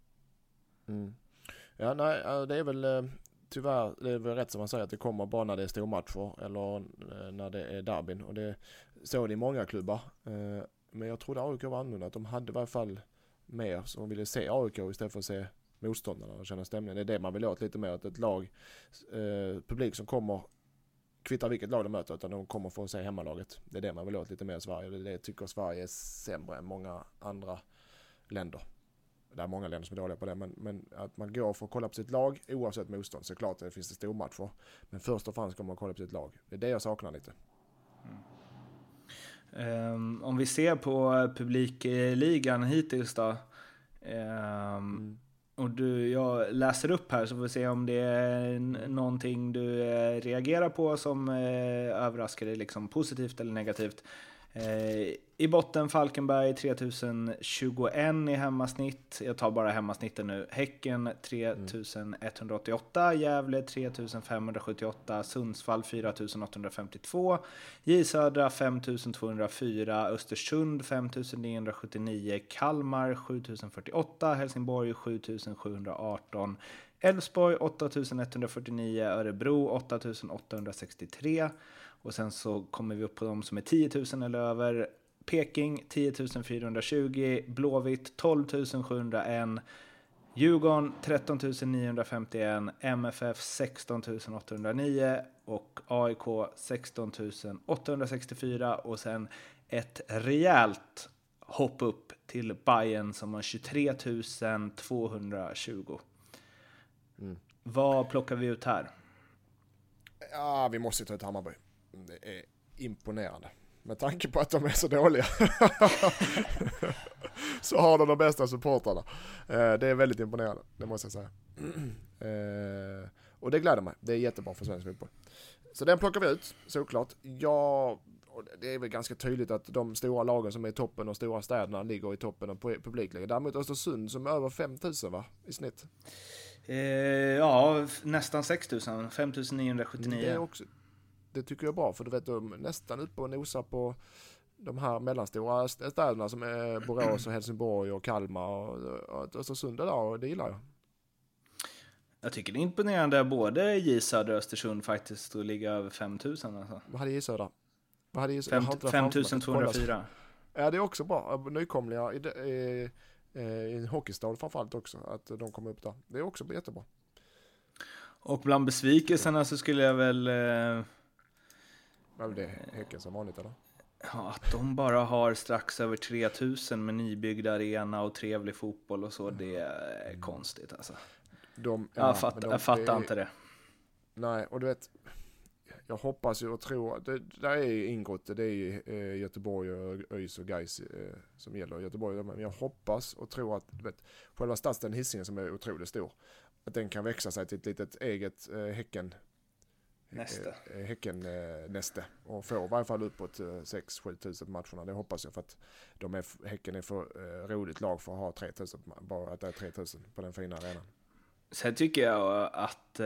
Ja, nej, det är väl tyvärr, det är väl rätt som man säger att det kommer bara när det är stormatcher eller när det är derbyn, och det så det i många klubbar. Men jag trodde AIK var annorlunda, att de hade i varje fall mer som ville se AIK istället för att se motståndarna och känna stämningen. Det är det man vill åt lite mer, att ett lag, publik som kommer kvittar vilket lag de möter, utan de kommer få se hemmalaget. Det är det man vill åt lite mer i Sverige. Det tycker Sverige är sämre än många andra länder. Det är många länder som är dåliga på det, men att man går för att kolla på sitt lag oavsett motstånd, så klart det finns det stormatcher. Men först och främst kommer man kolla på sitt lag. Det är det jag saknar lite. Om vi ser på publikligan hittills då, och jag läser upp här så får vi se om det är någonting du reagerar på som överraskar dig liksom positivt eller negativt. I botten Falkenberg 3021 i hemmasnitt. Jag tar bara hemmasnitten nu. Häcken 3188, Gävle 3578, Sundsvall 4852, J Södra 5204, Östersund 5979, Kalmar 7048, Helsingborg 7718, Elfsborg 8149, Örebro 8863 och sen så kommer vi upp på de som är 10 000 eller över. Peking 10 420, Blåvitt 12 701, Djurgården 13 951, MFF 16 809 och AIK 16 864 och sen ett rejält hopp upp till Bayern som har 23 220. Vad plockar vi ut här? Ja, vi måste ta ett Hammarby. Det är imponerande. Med tanke på att de är så dåliga så har de bästa supportarna. Det är väldigt imponerande, det måste jag säga. Och det gläder mig. Det är jättebra för svensk fotboll. Så den plockar vi ut, såklart. Ja, det är väl ganska tydligt att de stora lagen som är i toppen och stora städerna ligger i toppen av publikläget. Däremot Östersund som är över 5 000 va? I snitt. Ja, nästan 6 000. 5 979. Det är också... Det tycker jag är bra, för du vet de nästan uppe och nosar på de här mellanstora städerna som är Borås och Helsingborg och Kalmar och Östersund där, och det gillar jag. Jag tycker det är imponerande både J Södra och Östersund faktiskt att ligga över 5 000 alltså. Vad hade J Södra? 5 204. Ja, det är också bra. Nykomliga i en hockeystad framförallt också, att de kommer upp där. Det är också jättebra. Och bland besvikelserna så skulle jag väl... Är det Häcken som vanligt eller? Ja, att de bara har strax över 3000 med nybyggd arena och trevlig fotboll och så, det är konstigt alltså. Jag fattar inte det. Nej, och du vet, jag hoppas ju och tror, det där är ingått, det är ju Göteborg och ÖIS och Gais som gäller Göteborg, men jag hoppas och tror att, du vet, själva stadsdelen Hisingen som är otroligt stor, att den kan växa sig till ett litet eget Häcken-näste och få i varje fall uppåt 6-7 tusen matcherna. Det hoppas jag, för att Häcken är för roligt lag för att ha 3 000, bara att det är 3 000 på den fina arenan. Sen tycker jag att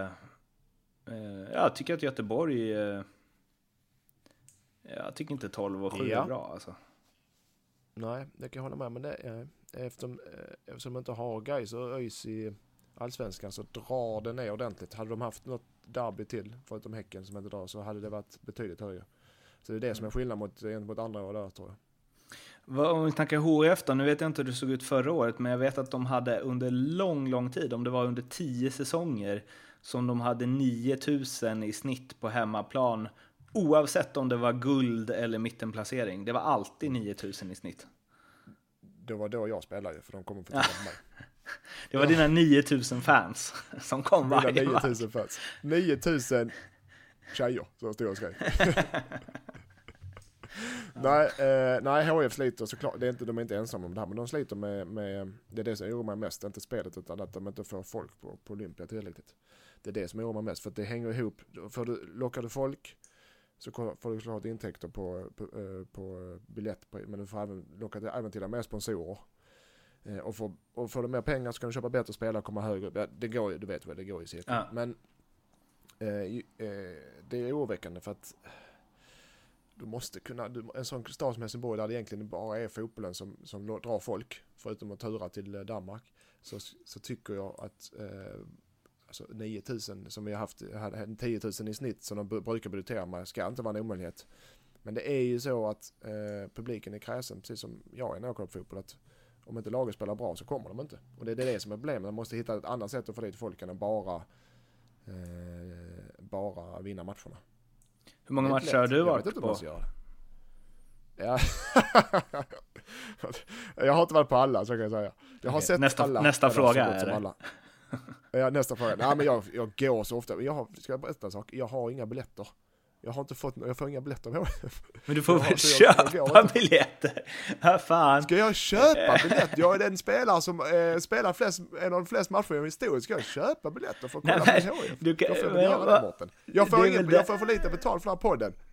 Göteborg jag tycker inte 12 och 7 är bra alltså. Nej, det kan jag hålla med, men det eftersom de inte har Gais och ÖIS i Allsvenskan så drar det ner ordentligt. Hade de haft något derby till förutom Häcken som inte drar, så hade det varit betydligt högre. Så det är det som är skillnad mot andra år där, tror jag. Om vi snackar HIF då, nu vet jag inte hur det såg ut förra året, men jag vet att de hade under lång tid, om det var under 10 säsonger, som de hade 9000 i snitt på hemmaplan, oavsett om det var guld eller mittenplacering. Det var alltid 9000 i snitt. Det var då jag spelade, för de kommer få titta på mig. Det var dina 9000 fans som kom varje 9000 fans. 9000 tjejer, så stod jag skrev. Nej, HF sliter såklart. De är inte ensamma om det här, men de sliter med det är det som oroar mig mest, inte spelet, utan att de inte får folk på Olympia tillräckligt. Det är det som oroar mig mest, för att det hänger ihop. Lockar du folk så får du klart intäkter på biljett, men du får även till med sponsorer. Och får du mer pengar så kan du köpa bättre spelare och komma högre. Det går ju, du vet vad det går i cirkeln. Ja. Men det är oroväckande, för att du måste kunna, en sån stad som Helsingborg där det egentligen bara är fotbollen som drar folk, förutom att tura till Danmark, så tycker jag att alltså 9000 som vi har haft, 10 000 i snitt som de brukar budgetera med, ska inte vara en omöjlighet. Men det är ju så att publiken är kräsen, precis som jag är när jag kollar på fotboll, att om inte laget spelar bra så kommer de inte. Och det är det som är problemet. Man måste hitta ett annat sätt att få dit folk än att bara vinna matcherna. Hur många matcher har du varit på? Ja. Jag har inte varit på alla, så kan jag säga. Jag har sett alla. Nästa fråga är det. Alla. Ja, nästa fråga. Nej, men jag går så ofta. Ska jag berätta en sak? Jag har inga biljetter. Jag får inga biljetter. Men du får väl köpa biljetter. Fan. Ska jag köpa biljetter? Jag är den spelare som spelar en av de flesta matcher i historien. Ska jag köpa biljetter för att kolla på HIF? Jag får för lite betalt för den här podden.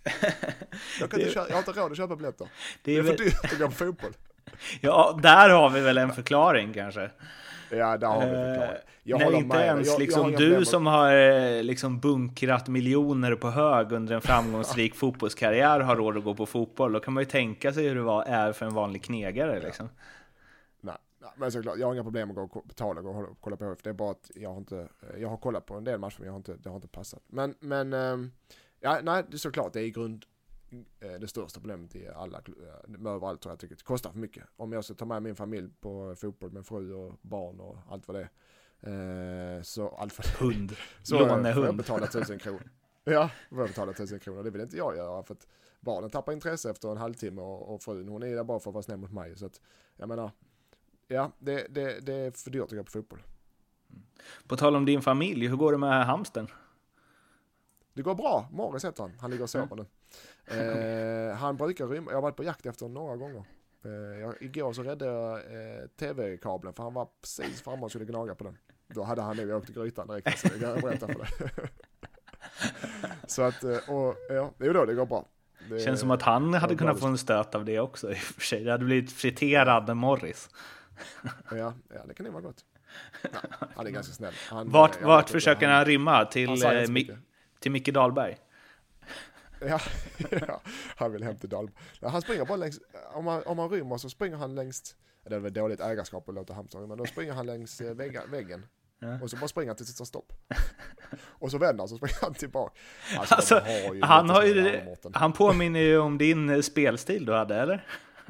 Jag har inte råd att köpa biljetter. Det är för dyrt att gå på fotboll. Ja, där har vi väl en förklaring kanske. Ja, där har vi förklaring. Nej, inte ens liksom du som har liksom bunkrat miljoner på hög under en framgångsrik fotbollskarriär har råd att gå på fotboll. Då kan man ju tänka sig hur det är för en vanlig knegare liksom. Nej, men såklart, jag har inga problem att gå och betala och kolla på. Det är bara att jag har kollat på en del matcher, men det har inte passat. Men ja, nej, det är såklart, det är det största problemet i överallt, tror jag. Tycker det kostar för mycket. Om jag ska ta med min familj på fotboll med fru och barn och allt vad det är. Hund. Så får jag betala 1000 kronor. Ja, får jag betala 1000 kronor. Det vill inte jag göra, för att barnen tappar intresse efter en halvtimme och frun, hon är där bara för att vara snäll mot mig. Så att, jag menar, ja, det är för dyrt att gå på fotboll. På tal om din familj, hur går det med hamstern? Det går bra. Morris heter han. Han ligger och sover nu. Han brukar rymma. Jag har varit på jakt efter några gånger. Igår så räddade jag tv-kabeln, för han var precis framme och skulle gnaga på den. Då hade han nog åkt i grytan direkt. Så jag berättar för det. Så att, det är då det går bra. Det känns som att han hade kunnat få en stöt av det också i och för sig. Det hade blivit friterad Morris. Ja, det kan ju vara gott. Ja, han är ganska snäll. Vart försöker han rimma? Till Micke Dahlberg? Ja, han vill hem till Dahlberg. Han springer bara längs, om man rymmer så springer han längs, det är väl dåligt ägarskap att låta hamstern, men då springer han längs väggen. Ja. Och så bara springer han tills det tar stopp. Och så vänder han, så springer han tillbaka. Alltså, han påminner ju om din spelstil du hade, eller?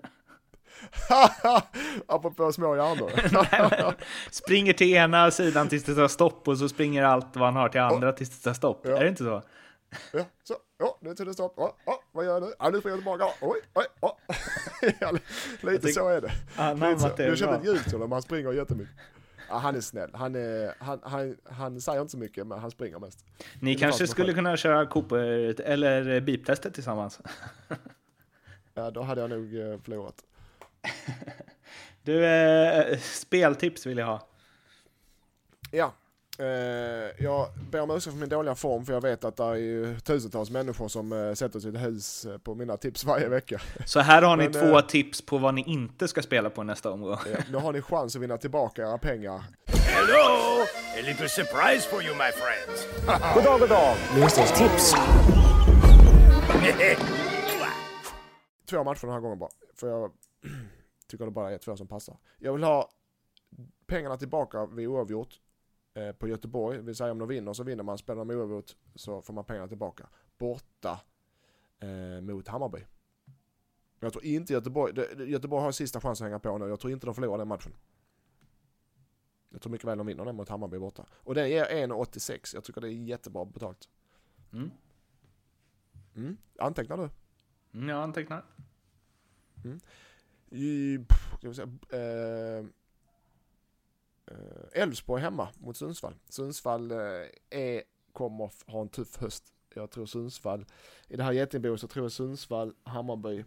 Apropå små hjärnor. Springer till ena sidan tills det tar stopp, och så springer allt vad han har till andra tills det tar stopp. Ja. Är det inte så? Ja, så. Ja, nu tar det stopp. Vad gör jag nu? Nu springer jag tillbaka. Oj. Lite så är det. Du köper ett ljud om han springer jättemycket. Ja, han är snäll. Han säger inte så mycket, men han springer mest. Ni kanske skulle kunna köra Cooper eller beep-testet tillsammans. Ja, då hade jag nog förlorat. Du, speltips vill jag ha. Ja. Jag ber om ursäkt för min dåliga form, för jag vet att det är tusentals människor som sätter sitt hus på mina tips varje vecka. Så här har ni 2 tips på vad ni inte ska spela på nästa omgång. Ja, nu har ni chans att vinna tillbaka era pengar. Hello! A little surprise for you, my friends. God dag. Mr. Tips. 2 matcher den här gången bara. För jag tycker det bara är 2 som passar. Jag vill ha pengarna tillbaka vid oavgjort på Göteborg. Det vill säga om de vinner så vinner man. Spelar de oavgjort så får man pengarna tillbaka. Borta mot Hammarby. Jag tror inte Göteborg har sista chansen att hänga på nu. Jag tror inte de förlorar den matchen. Jag tror mycket väl de vinner den mot Hammarby borta. Och den är 1,86. Jag tycker det är jättebra betalt. Antecknar du? Jag antecknar. Elfsborg hemma mot Sundsvall. Sundsvall kommer ha en tuff höst. Jag tror Sundsvall, i det här Getingbo så tror jag Sundsvall, Hammarby,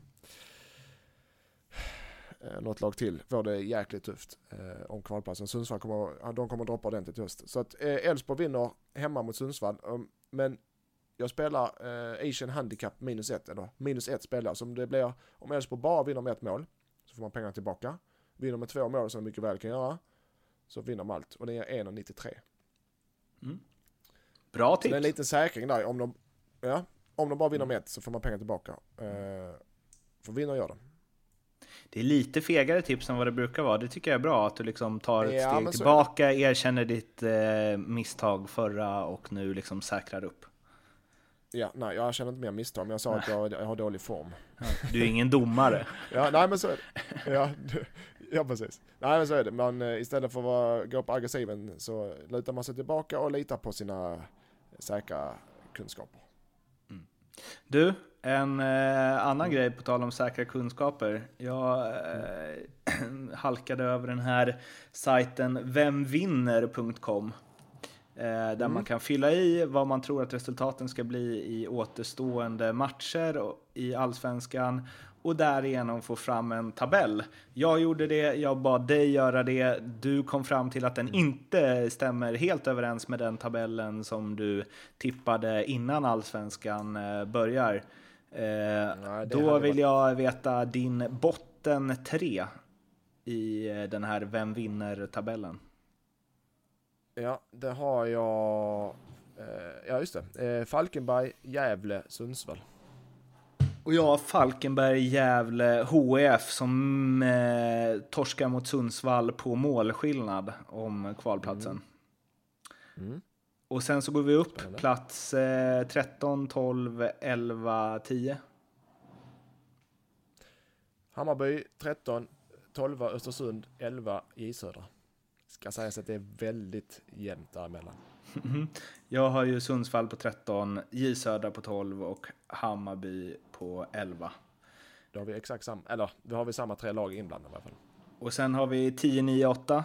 något lag till, får det jäkligt tufft om kvalplatsen. Sundsvall kommer droppa ordentligt i höst. Så att Elfsborg vinner hemma mot Sundsvall. Men jag spelar Asian Handicap -1, eller -1 spelar. Så om Elfsborg bara vinner med 1 mål så får man pengarna tillbaka. Vinner med 2 mål som de mycket väl kan göra, så vinner man allt. Och det är 1,93. Bra tips. Så det är en liten säkring där. Om de bara vinner med 1 så får man pengar tillbaka. För vinner gör de. Det är lite fegare tips än vad det brukar vara. Det tycker jag är bra, att du liksom tar ett steg tillbaka, erkänner ditt misstag förra och nu liksom säkrar upp. Ja, nej, jag känner inte mer misstag, men jag sa att jag har dålig form. Du är ingen domare. Ja, nej, men så är det. Ja, precis. Nej, men så är det. Men istället för att gå på aggressiven så lutar man sig tillbaka och litar på sina säkra kunskaper. Du, en annan grej på tal om säkra kunskaper. Jag halkade över den här sajten vemvinner.com. Där man kan fylla i vad man tror att resultaten ska bli i återstående matcher i Allsvenskan och därigenom få fram en tabell. Jag gjorde det, jag bad dig göra det. Du kom fram till att den inte stämmer helt överens med den tabellen som du tippade innan Allsvenskan börjar. Då vill jag veta din botten 3 i den här Vem vinner-tabellen. Ja, det har jag... ja, just det. Falkenberg, Gävle, Sundsvall. Och jag har Falkenberg, Gävle, HF som torskar mot Sundsvall på målskillnad om kvalplatsen. Och sen så går vi upp plats 13, 12, 11, 10. Hammarby 13, 12 Östersund, 11 J Södra. Ska säga att det är väldigt jämnt däremellan. Jag har ju Sundsvall på 13, J Södra på 12 och Hammarby på 11. Då har vi exakt samma, eller då har vi samma 3 lag inblandade i alla fall. Och sen har vi 10, 9, 8.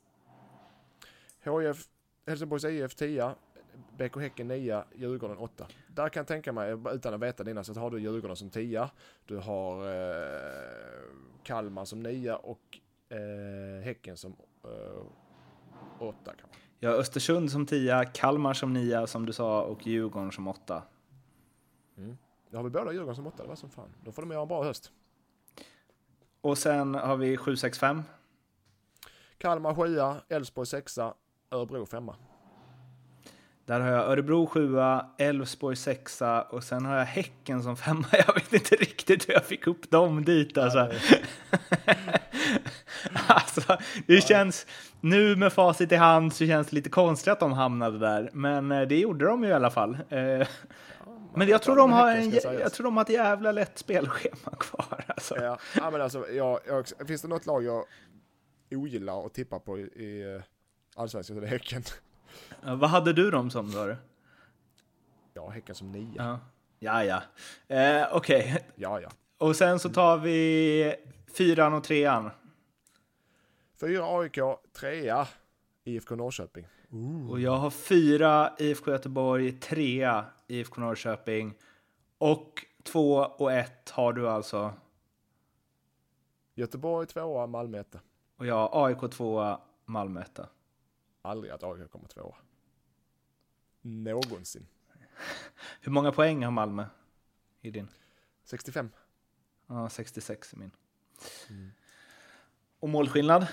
HIF, Helsingborgs IF 10, BK Häcken 9, Djurgården 8. Där kan jag tänka mig, utan att veta dina, så har du Djurgården som 10. Du har Kalmar som 9 och Häcken som 8 kanske. Ja, Östersund som 10, Kalmar som 9 som du sa och Djurgården som 8. Då har vi båda Djurgården som 8, det var som fan. Då får de göra en bra höst. Och sen har vi 7, 6, 5. Kalmar 7, Elfsborg 6, Örebro 5. Där har jag Örebro 7, Elfsborg 6 och sen har jag Häcken som 5. Jag vet inte riktigt hur jag fick upp dem dit alltså. Alltså, det känns nu med facit i hand så känns det lite konstigt att de hamnade där, men det gjorde de ju i alla fall. Men jag tror de har ett jävla lätt spelschema kvar alltså. Ja, men alltså finns det något lag jag ogillar att tippa på i Allsvenskan, så det är Häcken. Vad hade du dem som då? Ja, Häcken som 9. Ja. Okej. Ja. Och sen så tar vi 4 och 3. 4 AIK, 3 IFK Norrköping. Och jag har 4 IFK Göteborg, 3 IFK Norrköping och 2 och 1 har du alltså. Göteborg 2, Malmö 1. Och jag har AIK 2, Malmö 1. Aldrig att AIK kommer 2. Någonsin. Hur många poäng har Malmö i din? 65. Ja, 66 i min. Och målskillnad?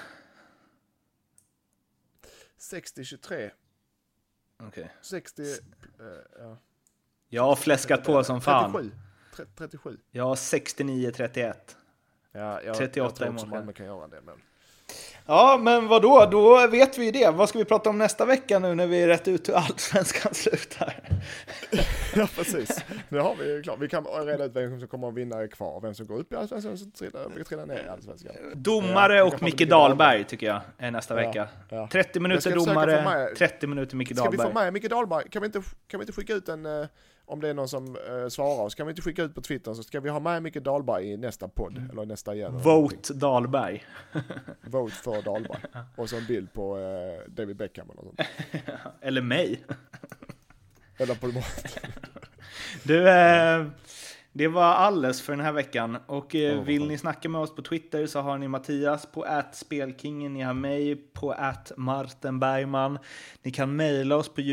60-23. Okej. 60... ja. Jag har fläskat på som fan. 37. Jag har 69-31. Ja, jag 38 tror i också mål. man kan göra det, men... Ja, men vadå? Då vet vi ju det. Vad ska vi prata om nästa vecka nu när vi är rätt ut hur Allsvenskan slutar? Ja, precis. Nu har vi klart. Vi kan reda ut vem som kommer att vinna kvar. Vem som går upp i Allsvenskan och så trillar ner i Allsvenskan. Domare och Micke Dahlberg tycker jag är nästa vecka. Ja. 30 minuter domare, 30 minuter Micke Dahlberg. Ska vi få med Micke Dahlberg? Kan vi inte skicka ut en... Om det är någon som svarar oss, kan vi inte skicka ut på Twitter, så ska vi ha med Micke Dahlberg i nästa podd, eller nästa igen. Vote Dahlberg. Vote för Dahlberg. Och så en bild på David Beckham eller något sånt. Eller mig. Eller på det. Du, det var alles för den här veckan. Och vill ni snacka med oss på Twitter så har ni Mattias på @spelkingen. Ni har mig på @martenbergman. Ni kan mejla oss på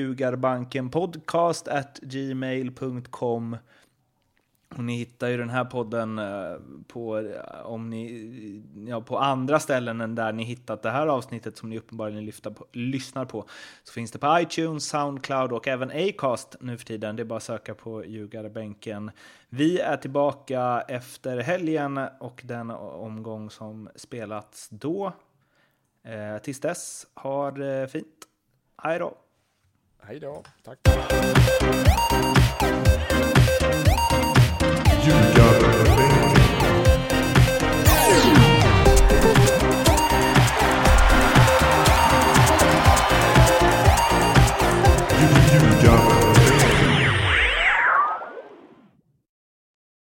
ljugarbankenpodcast@gmail.com. Och ni hittar ju den här podden på andra ställen än där ni hittat det här avsnittet som ni uppenbarligen lyssnar på. Så finns det på iTunes, Soundcloud och även Acast nu för tiden. Det är bara att söka på Ljugarbänken. Vi är tillbaka efter helgen och den omgång som spelats då. Tills dess, ha det fint. Hej då! Hej då, tack. You got